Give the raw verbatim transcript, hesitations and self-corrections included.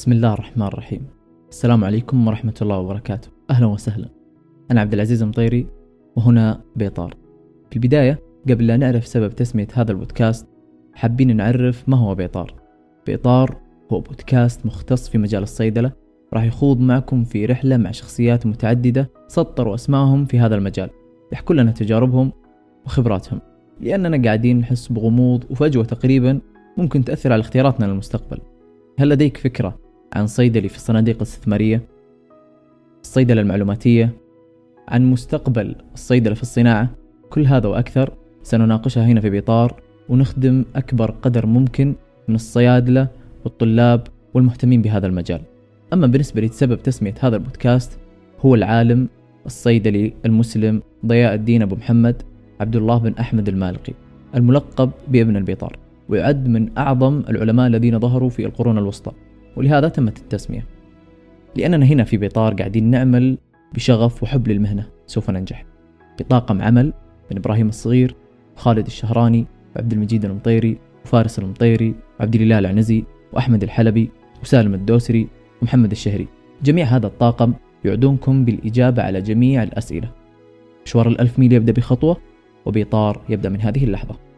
بسم الله الرحمن الرحيم. السلام عليكم ورحمة الله وبركاته. أهلا وسهلا. أنا عبد العزيز المطيري وهنا بيطار. في البداية قبل لا نعرف سبب تسمية هذا البودكاست حابين نعرف ما هو بيطار. بيطار هو بودكاست مختص في مجال الصيدلة، راح يخوض معكم في رحلة مع شخصيات متعددة سطروا أسمائهم في هذا المجال، يحكوا لنا تجاربهم وخبراتهم، لأننا قاعدين نحس بغموض وفجوة تقريبا ممكن تأثر على اختياراتنا للمستقبل. هل لديك فكرة عن صيدلي في الصناديق الاستثمارية، الصيدلة المعلوماتية، عن مستقبل الصيدلة في الصناعة؟ كل هذا وأكثر سنناقشها هنا في بيطار، ونخدم أكبر قدر ممكن من الصيادلة والطلاب والمهتمين بهذا المجال. أما بالنسبة لسبب تسمية هذا البودكاست، هو العالم الصيدلي المسلم ضياء الدين أبو محمد عبد الله بن أحمد المالقي، الملقب بابن البيطار، ويعد من أعظم العلماء الذين ظهروا في القرون الوسطى، ولهذا تمت التسمية. لأننا هنا في بيطار قاعدين نعمل بشغف وحب للمهنة سوف ننجح. بطاقم عمل من إبراهيم الصغير وخالد الشهراني وعبد المجيد المطيري وفارس المطيري وعبد الله العنزي وأحمد الحلبي وسالم الدوسري ومحمد الشهري. جميع هذا الطاقم يعدونكم بالإجابة على جميع الأسئلة. مشوار الألف ميل يبدأ بخطوة، وبيطار يبدأ من هذه اللحظة.